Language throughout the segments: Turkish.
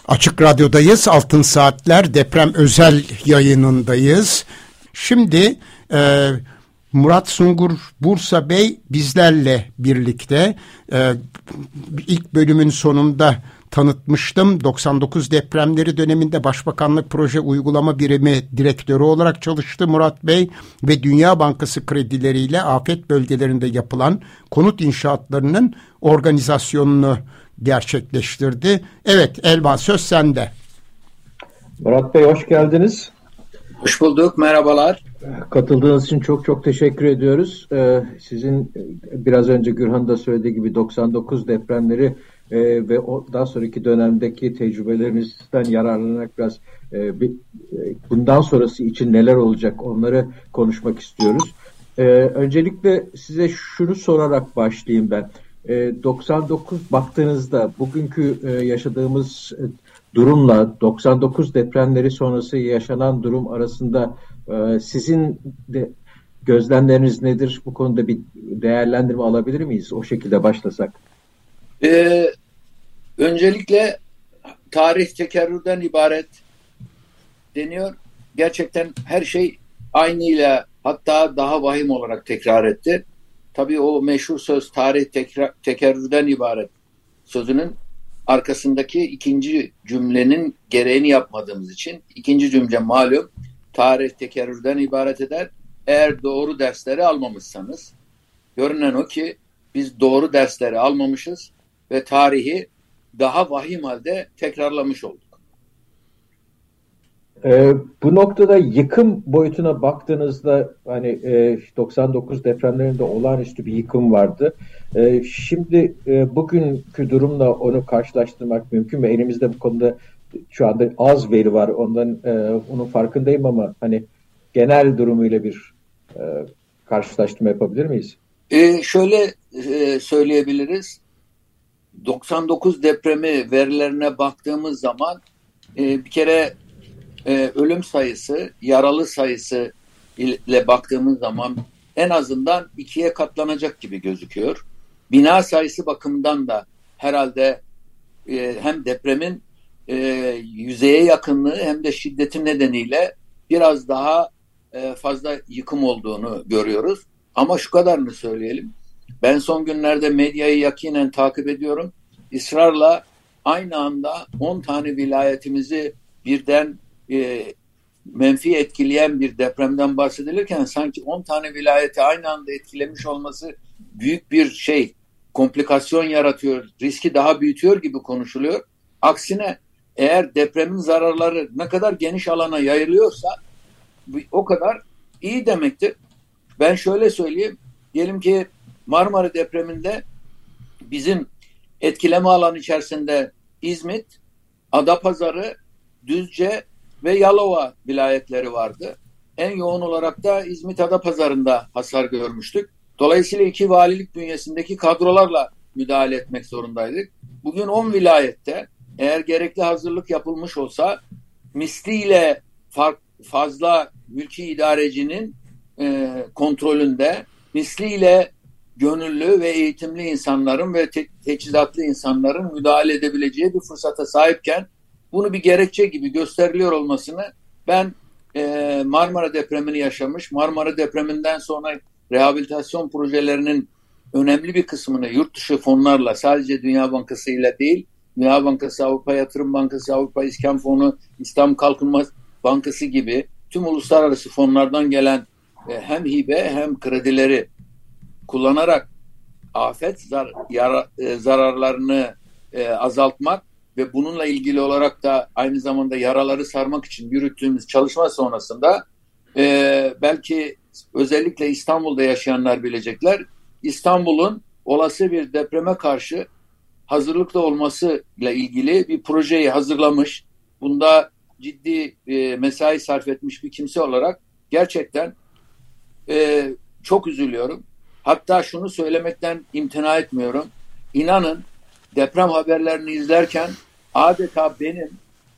Açık Radyo'dayız. Altın Saatler deprem özel yayınındayız. Şimdi Murat Sungur Bursa Bey bizlerle birlikte. İlk bölümün sonunda tanıtmıştım. 99 depremleri döneminde Başbakanlık Proje Uygulama Birimi Direktörü olarak çalıştı Murat Bey ve Dünya Bankası kredileriyle afet bölgelerinde yapılan konut inşaatlarının organizasyonunu gerçekleştirdi. Evet Elvan, söz sende. Murat Bey hoş geldiniz. Hoş bulduk, merhabalar. Katıldığınız için çok çok teşekkür ediyoruz. Sizin biraz önce Gürhan da söylediği gibi 99 depremleri ve daha sonraki dönemdeki tecrübelerinizden yararlanarak biraz bundan sonrası için neler olacak onları konuşmak istiyoruz. Öncelikle size şunu sorarak başlayayım ben. 99 baktığınızda bugünkü yaşadığımız durumla 99 depremleri sonrası yaşanan durum arasında sizin de gözlemleriniz nedir? Bu konuda bir değerlendirme alabilir miyiz? O şekilde başlasak. Öncelikle tarih tekerrürden ibaret deniyor. Gerçekten her şey aynıyla, hatta daha vahim olarak tekrar etti. Tabii o meşhur söz tarih tekerrürden ibaret sözünün arkasındaki ikinci cümlenin gereğini yapmadığımız için ikinci cümle malum tarih tekerrürden ibaret eder. Eğer doğru dersleri almamışsanız, görünen o ki biz doğru dersleri almamışız ve tarihi daha vahim halde tekrarlamış olduk. Bu noktada yıkım boyutuna baktığınızda hani 99 depremlerinde olağanüstü bir yıkım vardı. Şimdi bugünkü durumla onu karşılaştırmak mümkün mü? Elimizde bu konuda şu anda az veri var. Onun farkındayım ama hani genel durumuyla bir karşılaştırma yapabilir miyiz? Şöyle söyleyebiliriz. 99 depremi verilerine baktığımız zaman bir kere ölüm sayısı, yaralı sayısı ile baktığımız zaman en azından 2'ye katlanacak gibi gözüküyor. Bina sayısı bakımından da herhalde hem depremin yüzeye yakınlığı hem de şiddeti nedeniyle biraz daha fazla yıkım olduğunu görüyoruz. Ama şu kadarını söyleyelim. Ben son günlerde medyayı yakinen takip ediyorum. İsrarla aynı anda 10 tane vilayetimizi birden menfi etkileyen bir depremden bahsedilirken sanki 10 tane vilayeti aynı anda etkilemiş olması büyük bir komplikasyon yaratıyor, riski daha büyütüyor gibi konuşuluyor. Aksine eğer depremin zararları ne kadar geniş alana yayılıyorsa o kadar iyi demektir. Ben şöyle söyleyeyim, diyelim ki Marmara depreminde bizim etkileme alanı içerisinde İzmit, Adapazarı, Düzce ve Yalova vilayetleri vardı. En yoğun olarak da İzmit Adapazarı'nda hasar görmüştük. Dolayısıyla 2 valilik bünyesindeki kadrolarla müdahale etmek zorundaydık. Bugün 10 vilayette eğer gerekli hazırlık yapılmış olsa misliyle fazla mülki idarecinin kontrolünde, misliyle gönüllü ve eğitimli insanların ve teçhizatlı insanların müdahale edebileceği bir fırsata sahipken bunu bir gerekçe gibi gösteriliyor olmasını ben Marmara depremini yaşamış, Marmara depreminden sonra rehabilitasyon projelerinin önemli bir kısmını yurt dışı fonlarla, sadece Dünya Bankası ile değil, Dünya Bankası, Avrupa Yatırım Bankası, Avrupa İskan Fonu, İslam Kalkınma Bankası gibi tüm uluslararası fonlardan gelen hem hibe hem kredileri kullanarak afet zararlarını azaltmak ve bununla ilgili olarak da aynı zamanda yaraları sarmak için yürüttüğümüz çalışma sonrasında belki özellikle İstanbul'da yaşayanlar bilecekler. İstanbul'un olası bir depreme karşı hazırlıklı olmasıyla ilgili bir projeyi hazırlamış. Bunda ciddi mesai sarf etmiş bir kimse olarak gerçekten çok üzülüyorum. Hatta şunu söylemekten imtina etmiyorum. İnanın deprem haberlerini izlerken adeta benim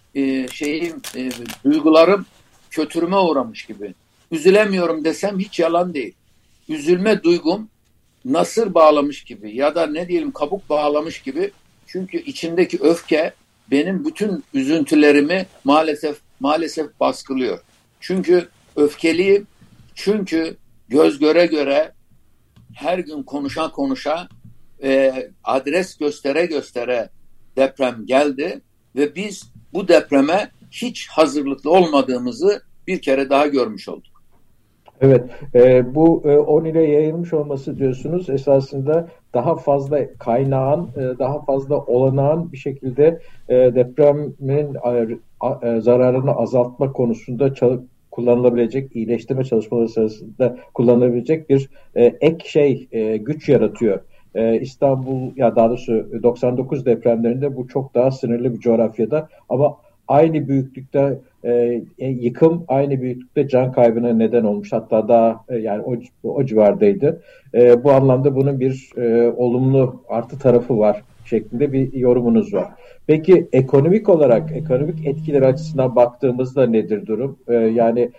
duygularım kötürüme uğramış gibi. Üzülemiyorum desem hiç yalan değil. Üzülme duygum nasır bağlamış gibi ya da ne diyelim kabuk bağlamış gibi. Çünkü içimdeki öfke benim bütün üzüntülerimi maalesef baskılıyor. Çünkü öfkeliyim. Çünkü göz göre göre her gün konuşa adres göstere deprem geldi ve biz bu depreme hiç hazırlıklı olmadığımızı bir kere daha görmüş olduk. Evet, bu 10 ile yayılmış olması diyorsunuz esasında daha fazla kaynağın, daha fazla olanağın bir şekilde depremin zararını azaltma konusunda kullanılabilecek, iyileştirme çalışmaları sırasında kullanılabilecek bir güç yaratıyor. İstanbul, ya daha doğrusu 99 depremlerinde bu çok daha sınırlı bir coğrafyada ama aynı büyüklükte yıkım, aynı büyüklükte can kaybına neden olmuş. Hatta daha yani o civardaydı. Bu anlamda bunun bir olumlu artı tarafı var şeklinde bir yorumunuz var. Peki ekonomik olarak, ekonomik etkiler açısından baktığımızda nedir durum? Yani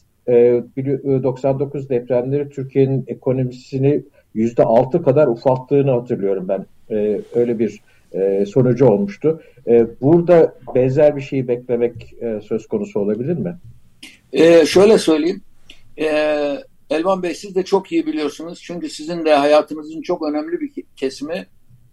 99 depremleri Türkiye'nin ekonomisini %6 kadar ufalttığını hatırlıyorum ben. Öyle bir sonucu olmuştu. Burada benzer bir şeyi beklemek söz konusu olabilir mi? Şöyle söyleyeyim. Elvan Bey, siz de çok iyi biliyorsunuz. Çünkü sizin de hayatınızın çok önemli bir kesimi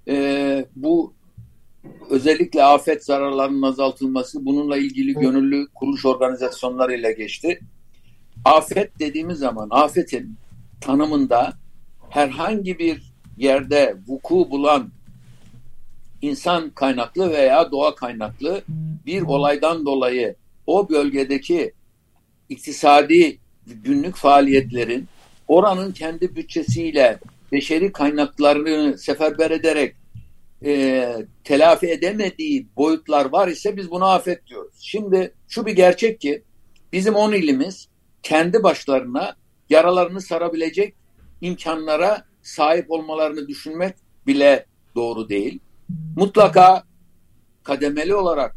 bu özellikle afet zararlarının azaltılması, bununla ilgili gönüllü kuruluş organizasyonlarıyla geçti. Afet dediğimiz zaman afetin tanımında herhangi bir yerde vuku bulan insan kaynaklı veya doğa kaynaklı bir olaydan dolayı o bölgedeki iktisadi günlük faaliyetlerin oranın kendi bütçesiyle beşeri kaynaklarını seferber ederek telafi edemediği boyutlar var ise biz buna afet diyoruz. Şimdi şu bir gerçek ki bizim 10 ilimiz kendi başlarına yaralarını sarabilecek imkanlara sahip olmalarını düşünmek bile doğru değil. Mutlaka kademeli olarak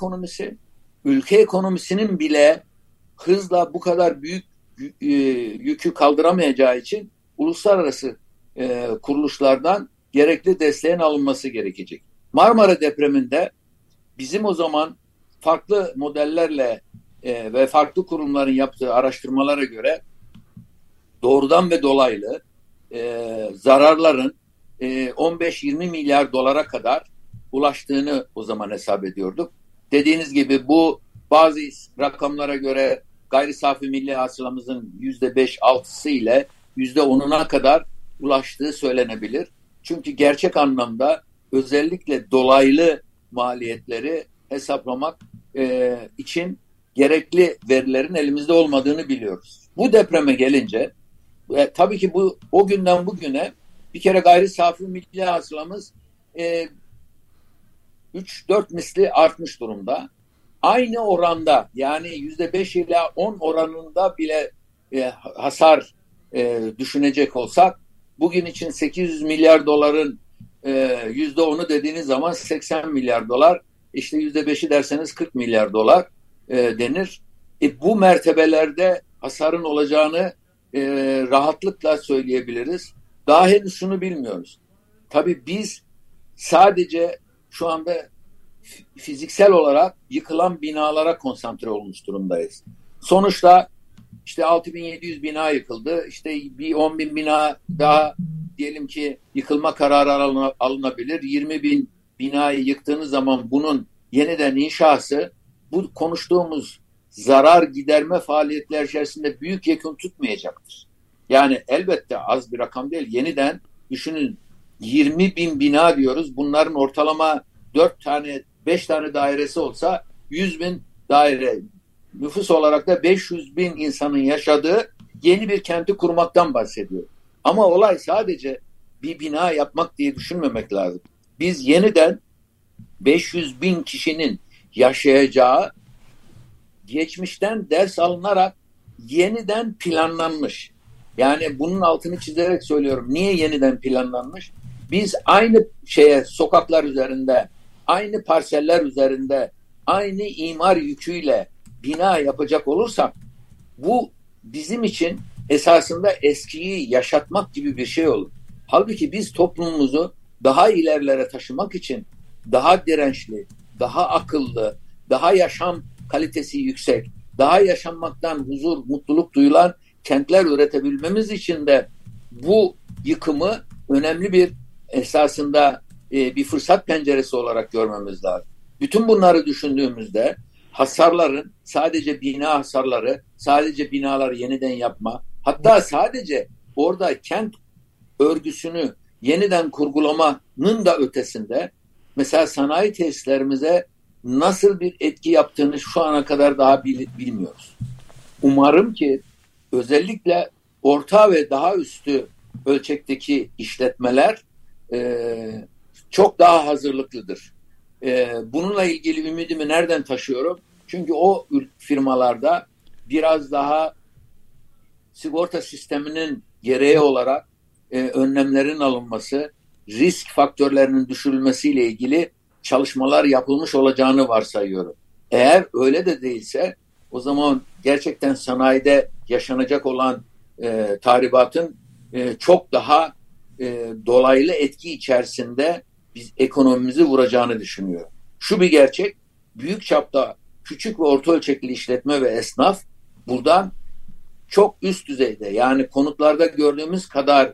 ülke ekonomisinin bile hızla bu kadar büyük yükü kaldıramayacağı için uluslararası kuruluşlardan gerekli desteğin alınması gerekecek. Marmara depreminde bizim o zaman farklı modellerle ve farklı kurumların yaptığı araştırmalara göre doğrudan ve dolaylı zararların 15-20 milyar dolara kadar ulaştığını o zaman hesap ediyorduk. Dediğiniz gibi bu bazı rakamlara göre gayri safi milli hasılamızın %5-6'sı ile %10'una kadar ulaştığı söylenebilir. Çünkü gerçek anlamda özellikle dolaylı maliyetleri hesaplamak için gerekli verilerin elimizde olmadığını biliyoruz. Bu depreme gelince tabii ki bu o günden bugüne bir kere gayri safi milli hasılamız 3-4 misli artmış durumda. Aynı oranda yani %5 ile 10 oranında bile hasar düşünecek olsak bugün için 800 milyar doların %10'u dediğiniz zaman 80 milyar dolar, işte %5'i derseniz 40 milyar dolar denir. Bu mertebelerde hasarın olacağını rahatlıkla söyleyebiliriz. Daha henüz şunu bilmiyoruz. Tabii biz sadece şu anda fiziksel olarak yıkılan binalara konsantre olmuş durumdayız. Sonuçta işte 6.700 bina yıkıldı. İşte bir 10.000 bina daha diyelim ki yıkılma kararı alınabilir. 20.000 binayı yıktığınız zaman bunun yeniden inşası bu konuştuğumuz zarar giderme faaliyetler içerisinde büyük yekün tutmayacaktır. Yani elbette az bir rakam değil. Yeniden düşünün 20.000 bina diyoruz. Bunların ortalama 5 tane dairesi olsa 100.000 daire. Nüfus olarak da 500.000 insanın yaşadığı yeni bir kenti kurmaktan bahsediyor. Ama olay sadece bir bina yapmak diye düşünmemek lazım. Biz yeniden 500.000 kişinin yaşayacağı geçmişten ders alınarak yeniden planlanmış. Yani bunun altını çizerek söylüyorum. Niye yeniden planlanmış? Biz aynı sokaklar üzerinde, aynı parseller üzerinde, aynı imar yüküyle bina yapacak olursak bu bizim için esasında eskiyi yaşatmak gibi bir şey olur. Halbuki biz toplumumuzu daha ilerlere taşımak için daha dirençli, daha akıllı, daha yaşam kalitesi yüksek, daha yaşanmaktan huzur, mutluluk duyulan kentler üretebilmemiz için de bu yıkımı önemli bir esasında bir fırsat penceresi olarak görmemiz lazım. Bütün bunları düşündüğümüzde hasarların sadece bina hasarları, sadece binaları yeniden yapma, hatta sadece orada kent örgüsünü yeniden kurgulamanın da ötesinde mesela sanayi tesislerimize nasıl bir etki yaptığını şu ana kadar daha bilmiyoruz. Umarım ki özellikle orta ve daha üstü ölçekteki işletmeler çok daha hazırlıklıdır. Bununla ilgili ümidimi nereden taşıyorum? Çünkü o firmalarda biraz daha sigorta sisteminin gereği olarak önlemlerin alınması, risk faktörlerinin düşürülmesiyle ilgili çalışmalar yapılmış olacağını varsayıyorum. Eğer öyle de değilse o zaman gerçekten sanayide yaşanacak olan tahribatın çok daha dolaylı etki içerisinde biz ekonomimizi vuracağını düşünüyorum. Şu bir gerçek, büyük çapta küçük ve orta ölçekli işletme ve esnaf buradan çok üst düzeyde, yani konutlarda gördüğümüz kadar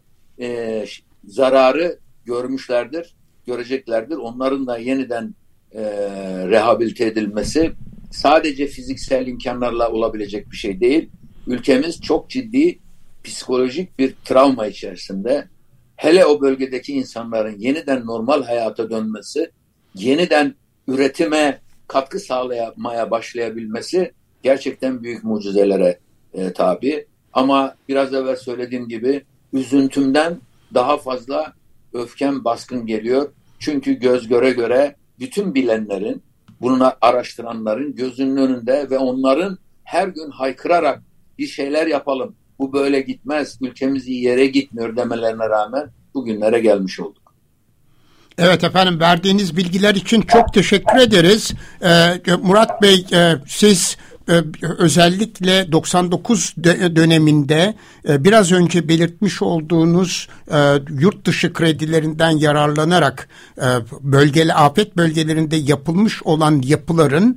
zararı görmüşlerdir, göreceklerdir. Onların da yeniden rehabilite edilmesi sadece fiziksel imkanlarla olabilecek bir şey değil. Ülkemiz çok ciddi psikolojik bir travma içerisinde. Hele o bölgedeki insanların yeniden normal hayata dönmesi, yeniden üretime katkı sağlamaya başlayabilmesi gerçekten büyük mucizelere tabi. Ama biraz evvel söylediğim gibi üzüntümden daha fazla öfkem baskın geliyor. Çünkü göz göre göre bütün bilenlerin, bunu araştıranların gözünün önünde ve onların her gün haykırarak bir şeyler yapalım, bu böyle gitmez, ülkemiz iyi yere gitmiyor demelerine rağmen bugünlere gelmiş olduk. Evet efendim, verdiğiniz bilgiler için çok teşekkür ederiz. Murat Bey, siz özellikle 99 döneminde biraz önce belirtmiş olduğunuz yurt dışı kredilerinden yararlanarak afet bölgelerinde yapılmış olan yapıların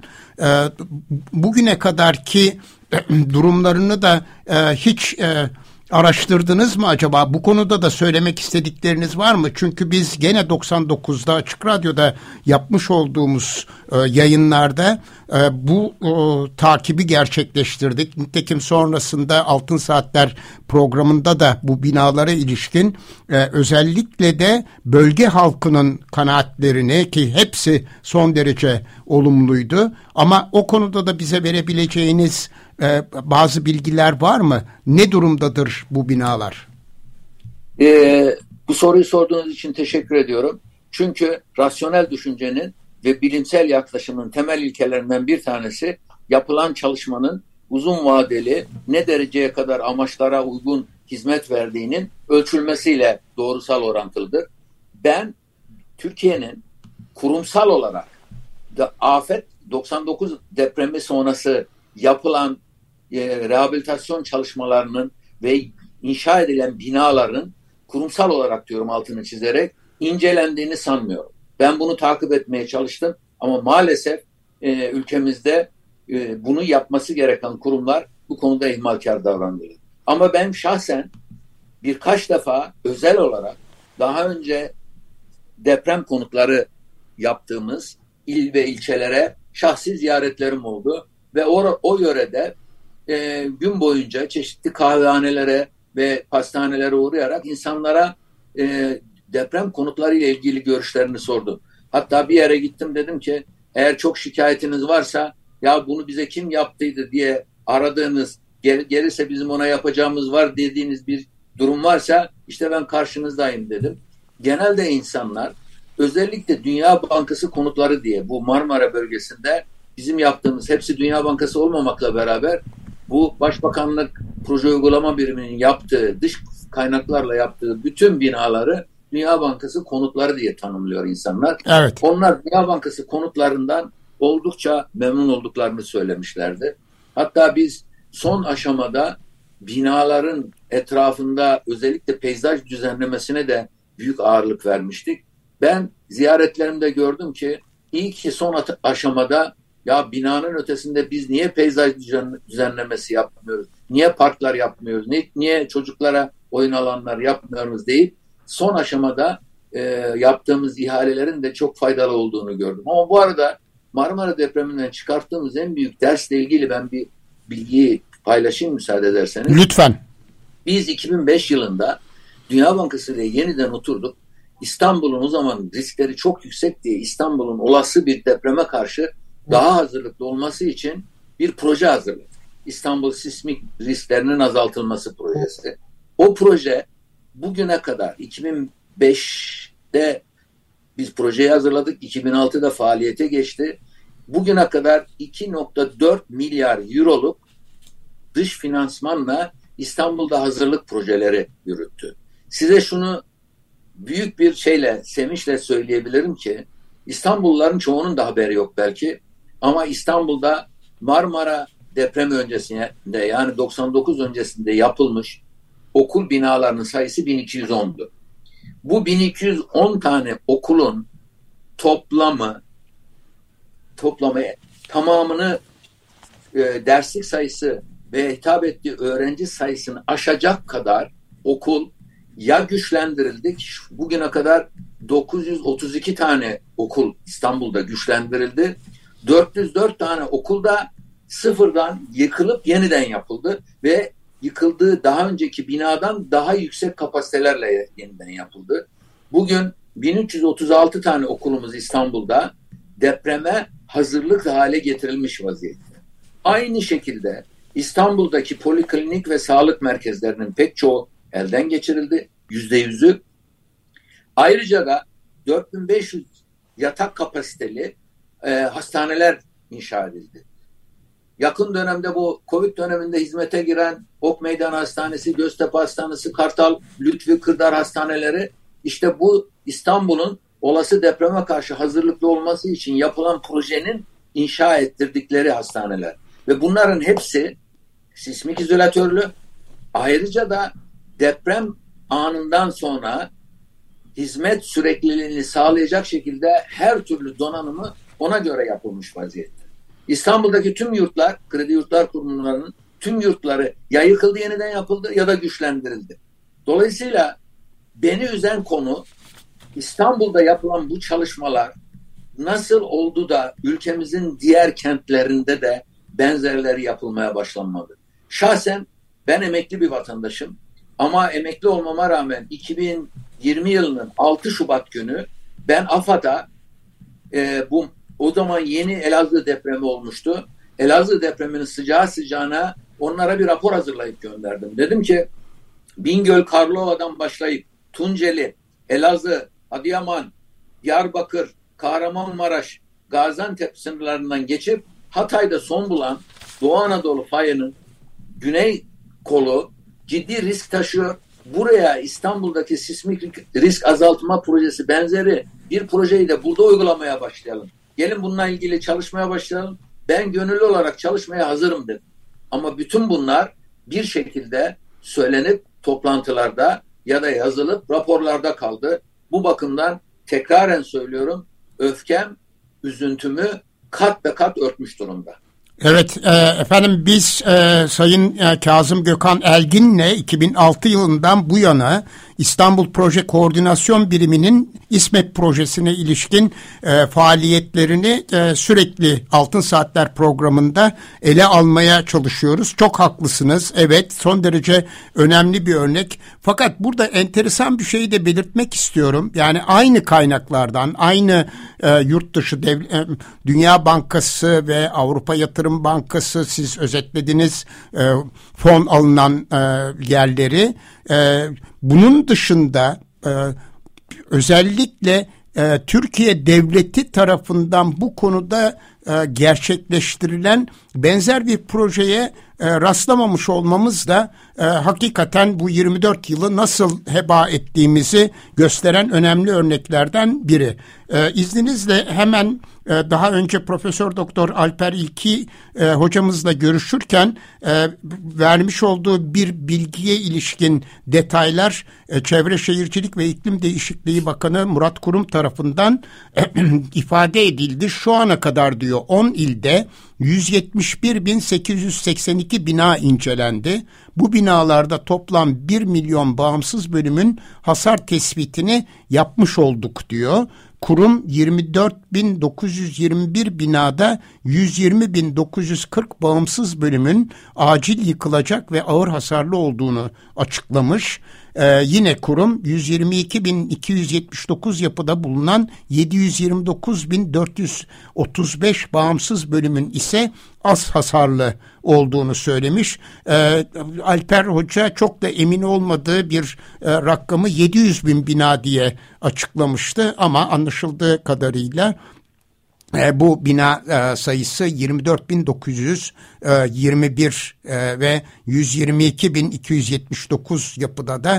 bugüne kadarki durumlarını da hiç araştırdınız mı acaba? Bu konuda da söylemek istedikleriniz var mı? Çünkü biz gene 99'da Açık Radyo'da yapmış olduğumuz yayınlarda bu takibi gerçekleştirdik. Nitekim sonrasında Altın Saatler programında da bu binalara ilişkin özellikle de bölge halkının kanaatlerini, ki hepsi son derece olumluydu, ama o konuda da bize verebileceğiniz bazı bilgiler var mı? Ne durumdadır bu binalar? Bu soruyu sorduğunuz için teşekkür ediyorum. Çünkü rasyonel düşüncenin ve bilimsel yaklaşımın temel ilkelerinden bir tanesi yapılan çalışmanın uzun vadeli ne dereceye kadar amaçlara uygun hizmet verdiğinin ölçülmesiyle doğrusal orantılıdır. Ben Türkiye'nin kurumsal olarak afet 99 depremi sonrası yapılan rehabilitasyon çalışmalarının ve inşa edilen binaların kurumsal olarak, diyorum altını çizerek, incelendiğini sanmıyorum. Ben bunu takip etmeye çalıştım ama maalesef ülkemizde bunu yapması gereken kurumlar bu konuda ihmalkar davranıyor. Ama ben şahsen birkaç defa özel olarak daha önce deprem konutları yaptığımız il ve ilçelere şahsi ziyaretlerim oldu ve o yörede gün boyunca çeşitli kahvehanelere ve pastanelere uğrayarak insanlara deprem konutları ile ilgili görüşlerini sordum. Hatta bir yere gittim, dedim ki eğer çok şikayetiniz varsa, ya bunu bize kim yaptıydı diye aradığınız, gelirse bizim ona yapacağımız var dediğiniz bir durum varsa işte ben karşınızdayım dedim. Genelde insanlar özellikle Dünya Bankası konutları diye bu Marmara bölgesinde bizim yaptığımız, hepsi Dünya Bankası olmamakla beraber bu Başbakanlık Proje Uygulama Biriminin yaptığı, dış kaynaklarla yaptığı bütün binaları Dünya Bankası konutları diye tanımlıyor insanlar. Evet. Onlar Dünya Bankası konutlarından oldukça memnun olduklarını söylemişlerdi. Hatta biz son aşamada binaların etrafında özellikle peyzaj düzenlemesine de büyük ağırlık vermiştik. Ben ziyaretlerimde gördüm ki İyi ki son aşamada ya binanın ötesinde biz niye peyzaj düzenlemesi yapmıyoruz? Niye parklar yapmıyoruz? Niye çocuklara oyun alanlar yapmıyoruz deyip son aşamada yaptığımız ihalelerin de çok faydalı olduğunu gördüm. Ama bu arada Marmara depreminden çıkarttığımız en büyük dersle ilgili ben bir bilgiyi paylaşayım müsaade ederseniz. Lütfen. Biz 2005 yılında Dünya Bankası ile yeniden oturduk. İstanbul'un o zaman riskleri çok yüksek diye İstanbul'un olası bir depreme karşı daha hazırlıklı olması için bir proje hazırladık. İstanbul sismik risklerinin azaltılması projesi. O proje bugüne kadar 2005'te biz projeyi hazırladık. 2006'da faaliyete geçti. Bugüne kadar 2.4 milyar euroluk dış finansmanla İstanbul'da hazırlık projeleri yürüttü. Size şunu büyük bir sevinçle söyleyebilirim ki İstanbulluların çoğunun da haberi yok belki ama İstanbul'da Marmara depremi öncesinde yani 99 öncesinde yapılmış okul binalarının sayısı 1210'du. Bu 1210 tane okulun toplamı tamamını derslik sayısı ve hitap ettiği öğrenci sayısını aşacak kadar okul ya güçlendirildi. Bugüne kadar 932 tane okul İstanbul'da güçlendirildi. 404 tane okul da sıfırdan yıkılıp yeniden yapıldı ve yıkıldığı daha önceki binadan daha yüksek kapasitelerle yeniden yapıldı. Bugün 1336 tane okulumuz İstanbul'da depreme hazırlık hale getirilmiş vaziyette. Aynı şekilde İstanbul'daki poliklinik ve sağlık merkezlerinin pek çoğu elden geçirildi. %100'ü. Ayrıca da 4500 yatak kapasiteli hastaneler inşa edildi. Yakın dönemde bu Covid döneminde hizmete giren Ok Meydan Hastanesi, Göztepe Hastanesi, Kartal, Lütfi Kırdar Hastaneleri işte bu İstanbul'un olası depreme karşı hazırlıklı olması için yapılan projenin inşa ettirdikleri hastaneler. Ve bunların hepsi sismik izolatörlü. Ayrıca da deprem anından sonra hizmet sürekliliğini sağlayacak şekilde her türlü donanımı ona göre yapılmış vaziyette. İstanbul'daki tüm yurtlar, Kredi Yurtlar Kurumu'nun tüm yurtları ya yıkıldı yeniden yapıldı ya da güçlendirildi. Dolayısıyla beni üzen konu İstanbul'da yapılan bu çalışmalar nasıl oldu da ülkemizin diğer kentlerinde de benzerleri yapılmaya başlanmadı. Şahsen ben emekli bir vatandaşım ama emekli olmama rağmen 2020 yılının 6 Şubat günü ben AFAD'a o zaman yeni Elazığ depremi olmuştu. Elazığ depreminin sıcağı sıcağına onlara bir rapor hazırlayıp gönderdim. Dedim ki Bingöl, Karlova'dan başlayıp Tunceli, Elazığ, Adıyaman, Diyarbakır, Kahramanmaraş, Gaziantep sınırlarından geçip Hatay'da son bulan Doğu Anadolu fayının güney kolu ciddi risk taşıyor. Buraya İstanbul'daki sismik risk azaltma projesi benzeri bir projeyi de burada uygulamaya başlayalım. Gelin bununla ilgili çalışmaya başlayalım. Ben gönüllü olarak çalışmaya hazırım dedim. Ama bütün bunlar bir şekilde söylenip toplantılarda ya da yazılıp raporlarda kaldı. Bu bakımdan tekraren söylüyorum, öfkem, üzüntümü kat be kat örtmüş durumda. Evet efendim biz Sayın Kazım Gökhan Elgin'le 2006 yılından bu yana İstanbul Proje Koordinasyon Biriminin İSMET projesine ilişkin faaliyetlerini sürekli Altın Saatler programında ele almaya çalışıyoruz. Çok haklısınız. Evet, son derece önemli bir örnek. Fakat burada enteresan bir şeyi de belirtmek istiyorum. Yani aynı kaynaklardan, aynı yurt dışı Dünya Bankası ve Avrupa Yatırım Bankası, siz özetlediniz fon alınan yerleri. Bunun dışında özellikle Türkiye Devleti tarafından bu konuda gerçekleştirilen benzer bir projeye rastlamamış olmamız da hakikaten bu 24 yılı nasıl heba ettiğimizi gösteren önemli örneklerden biri. İzninizle hemen daha önce Profesör Doktor Alper İlki hocamızla görüşürken vermiş olduğu bir bilgiye ilişkin detaylar Çevre Şehircilik ve İklim Değişikliği Bakanı Murat Kurum tarafından ifade edildi. Şu ana kadar diyor 10 ilde 171.882 bina incelendi. Bu binalarda toplam 1 milyon bağımsız bölümün hasar tespitini yapmış olduk diyor. Kurum 24.921 binada 120.940 bağımsız bölümün acil yıkılacak ve ağır hasarlı olduğunu açıklamış. Yine kurum 122.279 yapıda bulunan 729.435 bağımsız bölümün ise az hasarlı olduğunu söylemiş. Alper Hoca çok da emin olmadığı bir rakamı 700.000 bina diye açıklamıştı ama anlaşıldığı kadarıyla bu bina sayısı 24.921 ve 122.279 yapıda da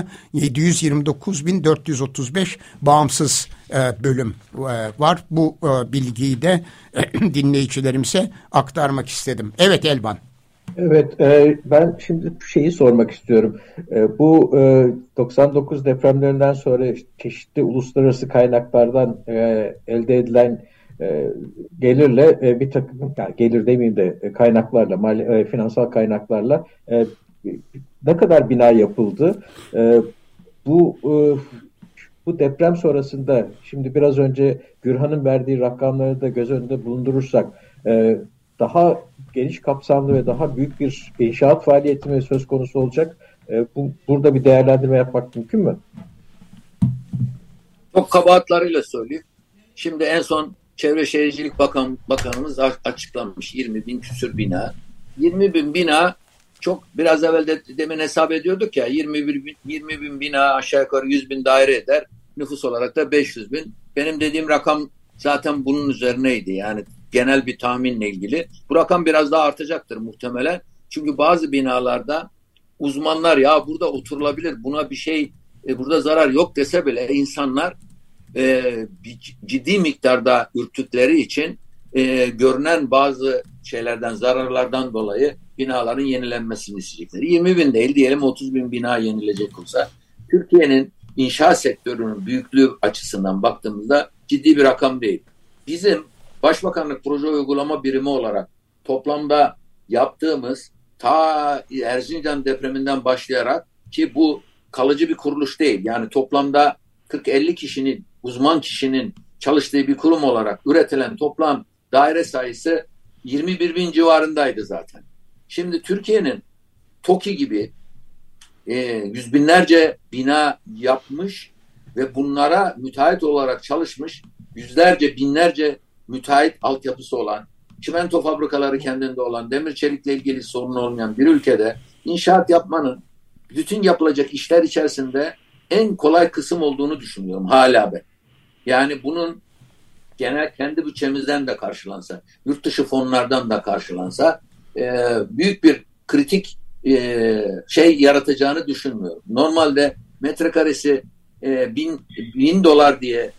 729.435 bağımsız bölüm var. Bu bilgiyi de dinleyicilerimize aktarmak istedim. Evet Elvan. Evet, ben şimdi şeyi sormak istiyorum. Bu 99 depremlerinden sonra çeşitli uluslararası kaynaklardan elde edilen gelirle bir takım, yani gelir demeyeyim de kaynaklarla, finansal kaynaklarla ne kadar bina yapıldı? Bu deprem sonrasında, şimdi biraz önce Gürhan'ın verdiği rakamları da göz önünde bulundurursak, daha geniş kapsamlı ve daha büyük bir inşaat faaliyeti mi söz konusu olacak? Burada bir değerlendirme yapmak mümkün mü? Çok kabahatlarıyla söyleyeyim. Şimdi en son Çevre Şehircilik Bakanımız açıklamış 20.000 küsür bina. 20.000 bina, çok biraz evvel de demin hesap ediyorduk ya, 20.000 bina aşağı yukarı 100.000 daire eder. Nüfus olarak da 500.000. Benim dediğim rakam zaten bunun üzerineydi. Yani genel bir tahminle ilgili. Bu rakam biraz daha artacaktır muhtemelen. Çünkü bazı binalarda uzmanlar ya burada oturulabilir, buna bir şey, burada zarar yok dese bile insanlar ciddi miktarda ürktükleri için görünen bazı şeylerden, zararlardan dolayı binaların yenilenmesini isteyecekler. 20.000 değil, diyelim 30.000 bina yenilecek olsa, Türkiye'nin inşaat sektörünün büyüklüğü açısından baktığımızda ciddi bir rakam değil. Bizim Başbakanlık Proje Uygulama Birimi olarak toplamda yaptığımız, ta Erzincan depreminden başlayarak, ki bu kalıcı bir kuruluş değil, yani toplamda 40-50 kişinin, uzman kişinin çalıştığı bir kurum olarak üretilen toplam daire sayısı 21.000 civarındaydı zaten. Şimdi Türkiye'nin TOKİ gibi yüz binlerce bina yapmış ve bunlara müteahhit olarak çalışmış yüzlerce, binlerce müteahhit altyapısı olan, çimento fabrikaları kendinde olan, demir çelikle ilgili sorun olmayan bir ülkede inşaat yapmanın bütün yapılacak işler içerisinde en kolay kısım olduğunu düşünüyorum hala ben. Yani bunun genel kendi bütçemizden de karşılansa, yurt dışı fonlardan da karşılansa büyük bir kritik şey yaratacağını düşünmüyorum. Normalde metrekaresi $1.000 diye,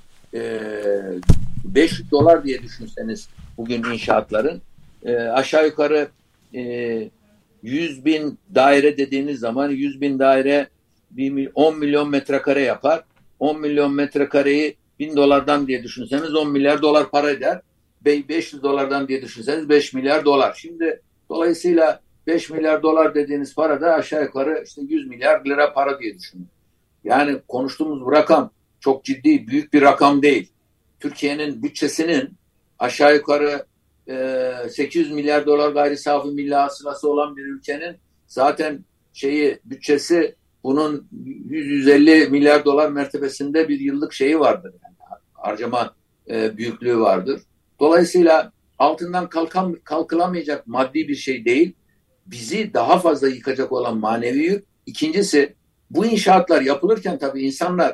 $500 diye düşünseniz bugün inşaatların aşağı yukarı 100.000 daire dediğiniz zaman 100.000 daire 10 milyon metrekare yapar. 10 milyon metrekareyi $1.000 diye düşünseniz 10 milyar dolar para eder. $500 diye düşünseniz $5 milyar. Şimdi dolayısıyla $5 milyar dediğiniz para da aşağı yukarı işte 100 milyar lira para diye düşünün. Yani konuştuğumuz bu rakam çok ciddi, büyük bir rakam değil. Türkiye'nin bütçesinin aşağı yukarı 800 milyar dolar gayri safi milli hasılası olan bir ülkenin zaten bütçesi bunun 100-150 milyar dolar mertebesinde bir yıllık şeyi vardır. Yani harcama büyüklüğü vardır. Dolayısıyla altından kalkılamayacak maddi bir şey değil. Bizi daha fazla yıkacak olan manevi yük. İkincisi, bu inşaatlar yapılırken tabii insanlar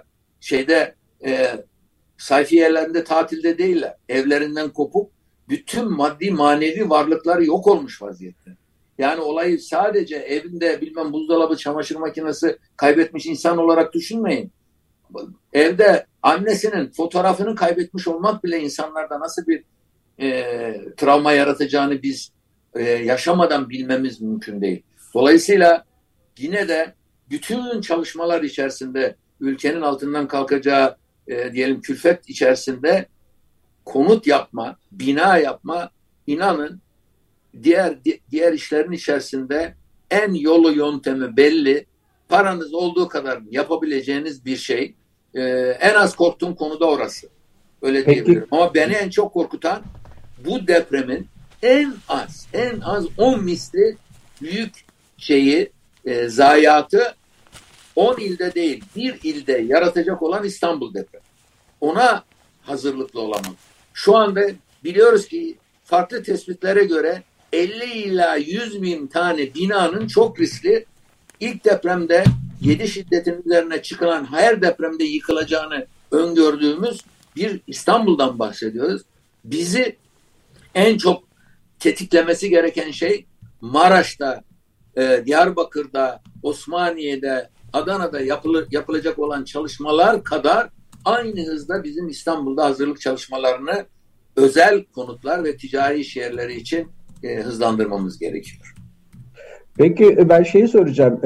sayfiyelerinde tatilde değiller. Evlerinden kopup bütün maddi manevi varlıkları yok olmuş vaziyette. Yani olayı sadece evinde bilmem buzdolabı, çamaşır makinesi kaybetmiş insan olarak düşünmeyin. Evde annesinin fotoğrafını kaybetmiş olmak bile insanlarda nasıl bir travma yaratacağını biz yaşamadan bilmemiz mümkün değil. Dolayısıyla yine de bütün çalışmalar içerisinde ülkenin altından kalkacağı diyelim külfet içerisinde konut yapma, bina yapma, inanın diğer işlerin içerisinde en yolu yöntemi belli. Paranız olduğu kadar yapabileceğiniz bir şey. En az korktuğum konu da orası. Öyle diyebilirim. Ama beni en çok korkutan bu depremin en az 10 misli büyük zayiatı 10 ilde değil, bir ilde yaratacak olan İstanbul depremi. Ona hazırlıklı olamam. Şu anda biliyoruz ki farklı tespitlere göre 50 ila 100 bin tane binanın çok riskli, ilk depremde 7 şiddetin üzerine çıkılan her depremde yıkılacağını öngördüğümüz bir İstanbul'dan bahsediyoruz. Bizi en çok tetiklemesi gereken şey Maraş'ta, Diyarbakır'da, Osmaniye'de, Adana'da yapılacak olan çalışmalar kadar aynı hızda bizim İstanbul'da hazırlık çalışmalarını özel konutlar ve ticari iş yerleri için hızlandırmamız gerekiyor. Peki ben şeyi soracağım.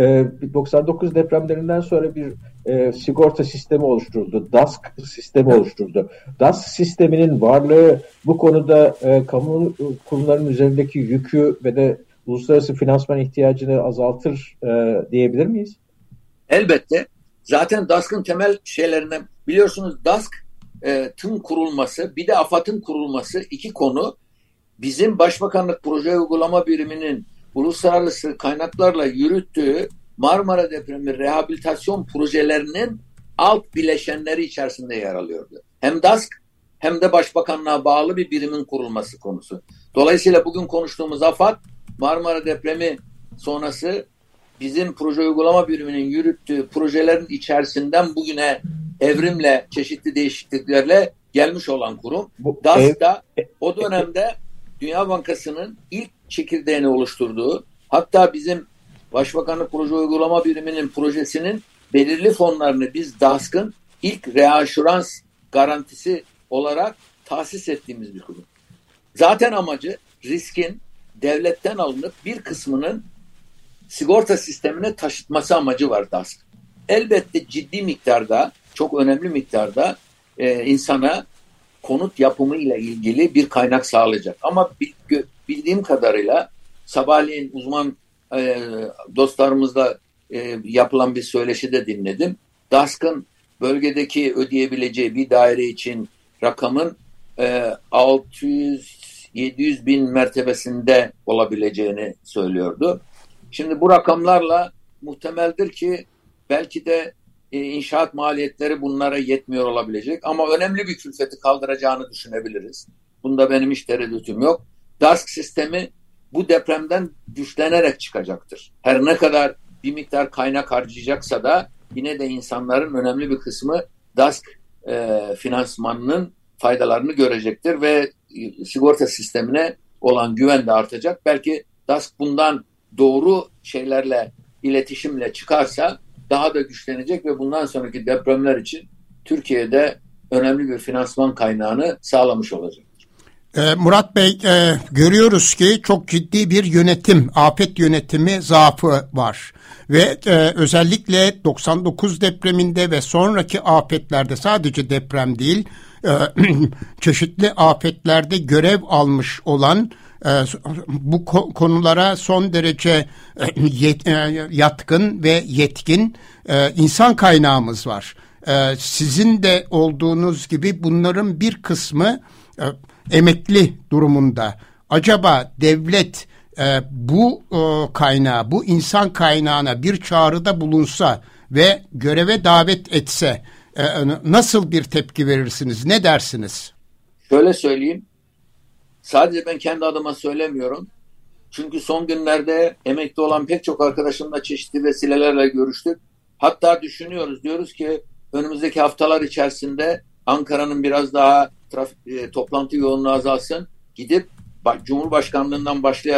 99 depremlerinden sonra bir sigorta sistemi oluşturuldu. DASK sistemi oluşturuldu. DASK sisteminin varlığı bu konuda kamu kurumlarının üzerindeki yükü ve de uluslararası finansman ihtiyacını azaltır diyebilir miyiz? Elbette. Zaten DASK'ın temel şeylerinden biliyorsunuz DASK'ın kurulması bir de AFAD'ın kurulması iki konu. Bizim Başbakanlık Proje Uygulama Biriminin uluslararası kaynaklarla yürüttüğü Marmara Depremi rehabilitasyon projelerinin alt bileşenleri içerisinde yer alıyordu. Hem DASK hem de Başbakanlığa bağlı bir birimin kurulması konusu. Dolayısıyla bugün konuştuğumuz AFAD, Marmara Depremi sonrası bizim proje uygulama biriminin yürüttüğü projelerin içerisinden bugüne evrimle, çeşitli değişikliklerle gelmiş olan kurum. DASK da o dönemde Dünya Bankası'nın ilk çekirdeğini oluşturduğu, hatta bizim Başbakanlık Proje Uygulama Biriminin projesinin belirli fonlarını biz DASK'ın ilk reaşürans garantisi olarak tahsis ettiğimiz bir kurum. Zaten amacı riskin devletten alınıp bir kısmının sigorta sistemine taşıtması amacı var DASK. Elbette ciddi miktarda, çok önemli miktarda insana konut yapımı ile ilgili bir kaynak sağlayacak. Ama bildiğim kadarıyla sabahleyin uzman dostlarımızla yapılan bir söyleşide dinledim. DASK'ın bölgedeki ödeyebileceği bir daire için rakamın 600-700 bin mertebesinde olabileceğini söylüyordu. Şimdi bu rakamlarla muhtemeldir ki belki de inşaat maliyetleri bunlara yetmiyor olabilecek ama önemli bir külfeti kaldıracağını düşünebiliriz. Bunda benim hiç tereddütüm yok. DASK sistemi bu depremden güçlenerek çıkacaktır. Her ne kadar bir miktar kaynak harcayacaksa da yine de insanların önemli bir kısmı DASK finansmanının faydalarını görecektir ve sigorta sistemine olan güven de artacak. Belki DASK bundan doğru şeylerle, iletişimle çıkarsa daha da güçlenecek ve bundan sonraki depremler için Türkiye'de önemli bir finansman kaynağını sağlamış olacak. Murat Bey, görüyoruz ki çok ciddi bir afet yönetimi zaafı var. Ve özellikle 99 depreminde ve sonraki afetlerde sadece deprem değil, çeşitli afetlerde görev almış olan bu konulara son derece yatkın ve yetkin insan kaynağımız var. Sizin de olduğunuz gibi bunların bir kısmı emekli durumunda. Acaba devlet bu kaynağı, bu insan kaynağına bir çağrıda bulunsa ve göreve davet etse nasıl bir tepki verirsiniz? Ne dersiniz? Şöyle söyleyeyim. Sadece ben kendi adıma söylemiyorum. Çünkü son günlerde emekli olan pek çok arkadaşımla çeşitli vesilelerle görüştük. Hatta düşünüyoruz. Diyoruz ki önümüzdeki haftalar içerisinde Ankara'nın biraz daha toplantı yoğunluğu azalsın. Gidip Cumhurbaşkanlığından başlayarak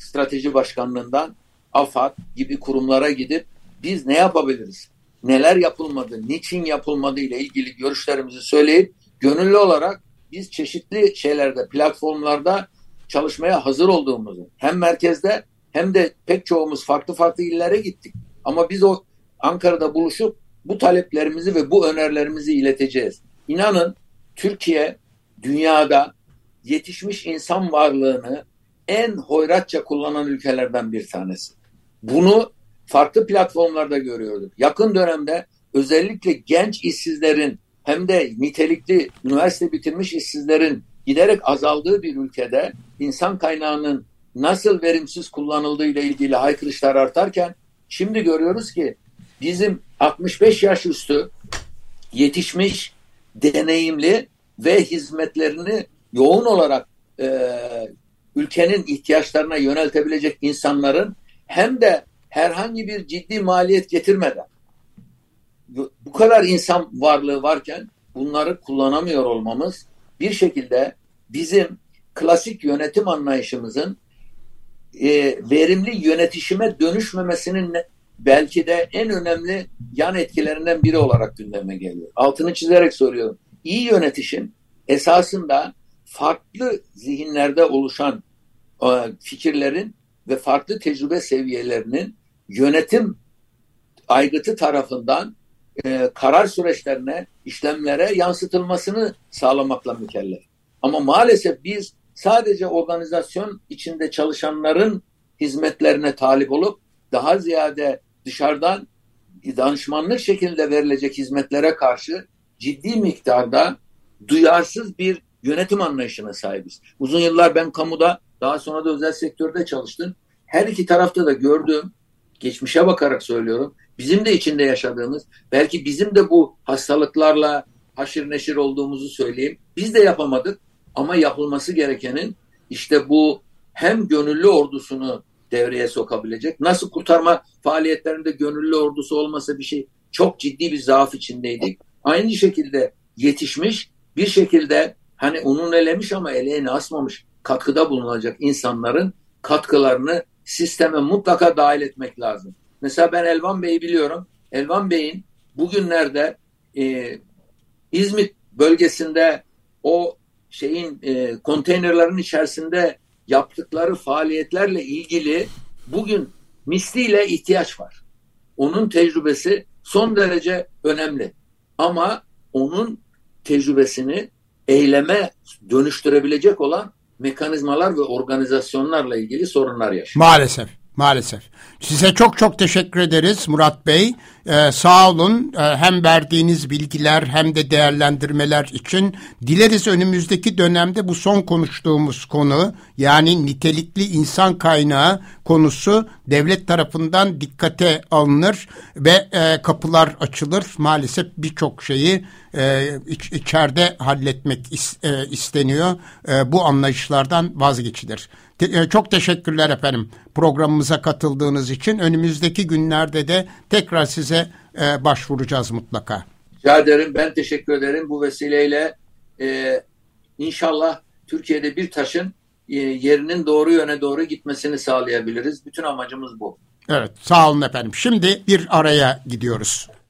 Strateji Başkanlığından AFAD gibi kurumlara gidip biz ne yapabiliriz? Neler yapılmadı, niçin yapılmadı ile ilgili görüşlerimizi söyleyip gönüllü olarak biz çeşitli şeylerde, platformlarda çalışmaya hazır olduğumuzu hem merkezde hem de pek çoğumuz farklı farklı illere gittik. Ama biz o Ankara'da buluşup bu taleplerimizi ve bu önerilerimizi ileteceğiz. İnanın Türkiye dünyada yetişmiş insan varlığını en hoyratça kullanan ülkelerden bir tanesi. Bunu farklı platformlarda görüyorduk. Yakın dönemde özellikle genç işsizlerin hem de nitelikli üniversite bitirmiş işsizlerin giderek azaldığı bir ülkede insan kaynağının nasıl verimsiz kullanıldığı ile ilgili haykırışlar artarken şimdi görüyoruz ki bizim 65 yaş üstü yetişmiş, deneyimli ve hizmetlerini yoğun olarak ülkenin ihtiyaçlarına yöneltebilecek insanların hem de herhangi bir ciddi maliyet getirmeden bu kadar insan varlığı varken bunları kullanamıyor olmamız bir şekilde bizim klasik yönetim anlayışımızın verimli yönetişime dönüşmemesinin belki de en önemli yan etkilerinden biri olarak gündeme geliyor. Altını çizerek söylüyorum. İyi yönetişim esasında farklı zihinlerde oluşan fikirlerin ve farklı tecrübe seviyelerinin yönetim aygıtı tarafından karar süreçlerine, işlemlere yansıtılmasını sağlamakla mükellef. Ama maalesef biz sadece organizasyon içinde çalışanların hizmetlerine talip olup daha ziyade dışarıdan danışmanlık şeklinde verilecek hizmetlere karşı ciddi miktarda duyarsız bir yönetim anlayışına sahibiz. Uzun yıllar ben kamuda, daha sonra da özel sektörde çalıştım. Her iki tarafta da gördüğüm, geçmişe bakarak söylüyorum, bizim de içinde yaşadığımız, belki bizim de bu hastalıklarla haşır neşir olduğumuzu söyleyeyim. Biz de yapamadık ama yapılması gerekenin işte bu hem gönüllü ordusunu devreye sokabilecek, nasıl kurtarma faaliyetlerinde gönüllü ordusu olmasa bir şey, çok ciddi bir zaaf içindeydik. Aynı şekilde yetişmiş bir şekilde hani unun elemiş ama eleğini asmamış katkıda bulunacak insanların katkılarını sisteme mutlaka dahil etmek lazım. Mesela ben Elvan Bey'i biliyorum. Elvan Bey'in bugünlerde İzmit bölgesinde o konteynerlerin içerisinde yaptıkları faaliyetlerle ilgili bugün misliyle ihtiyaç var. Onun tecrübesi son derece önemli. Ama onun tecrübesini eyleme dönüştürebilecek olan mekanizmalar ve organizasyonlarla ilgili sorunlar yaşıyor. Maalesef. Size çok çok teşekkür ederiz Murat Bey. Sağ olun. Hem verdiğiniz bilgiler hem de değerlendirmeler için. Dileriz önümüzdeki dönemde bu son konuştuğumuz konu, yani nitelikli insan kaynağı konusu devlet tarafından dikkate alınır ve kapılar açılır. Maalesef birçok şeyi içeride halletmek isteniyor. Bu anlayışlardan vazgeçilir. Çok teşekkürler efendim programımıza katıldığınız için. Önümüzdeki günlerde de tekrar size başvuracağız mutlaka. Rica ederim. Ben teşekkür ederim. Bu vesileyle inşallah Türkiye'de bir taşın yerinin doğru yöne doğru gitmesini sağlayabiliriz. Bütün amacımız bu. Evet, sağ olun efendim. Şimdi bir araya gidiyoruz.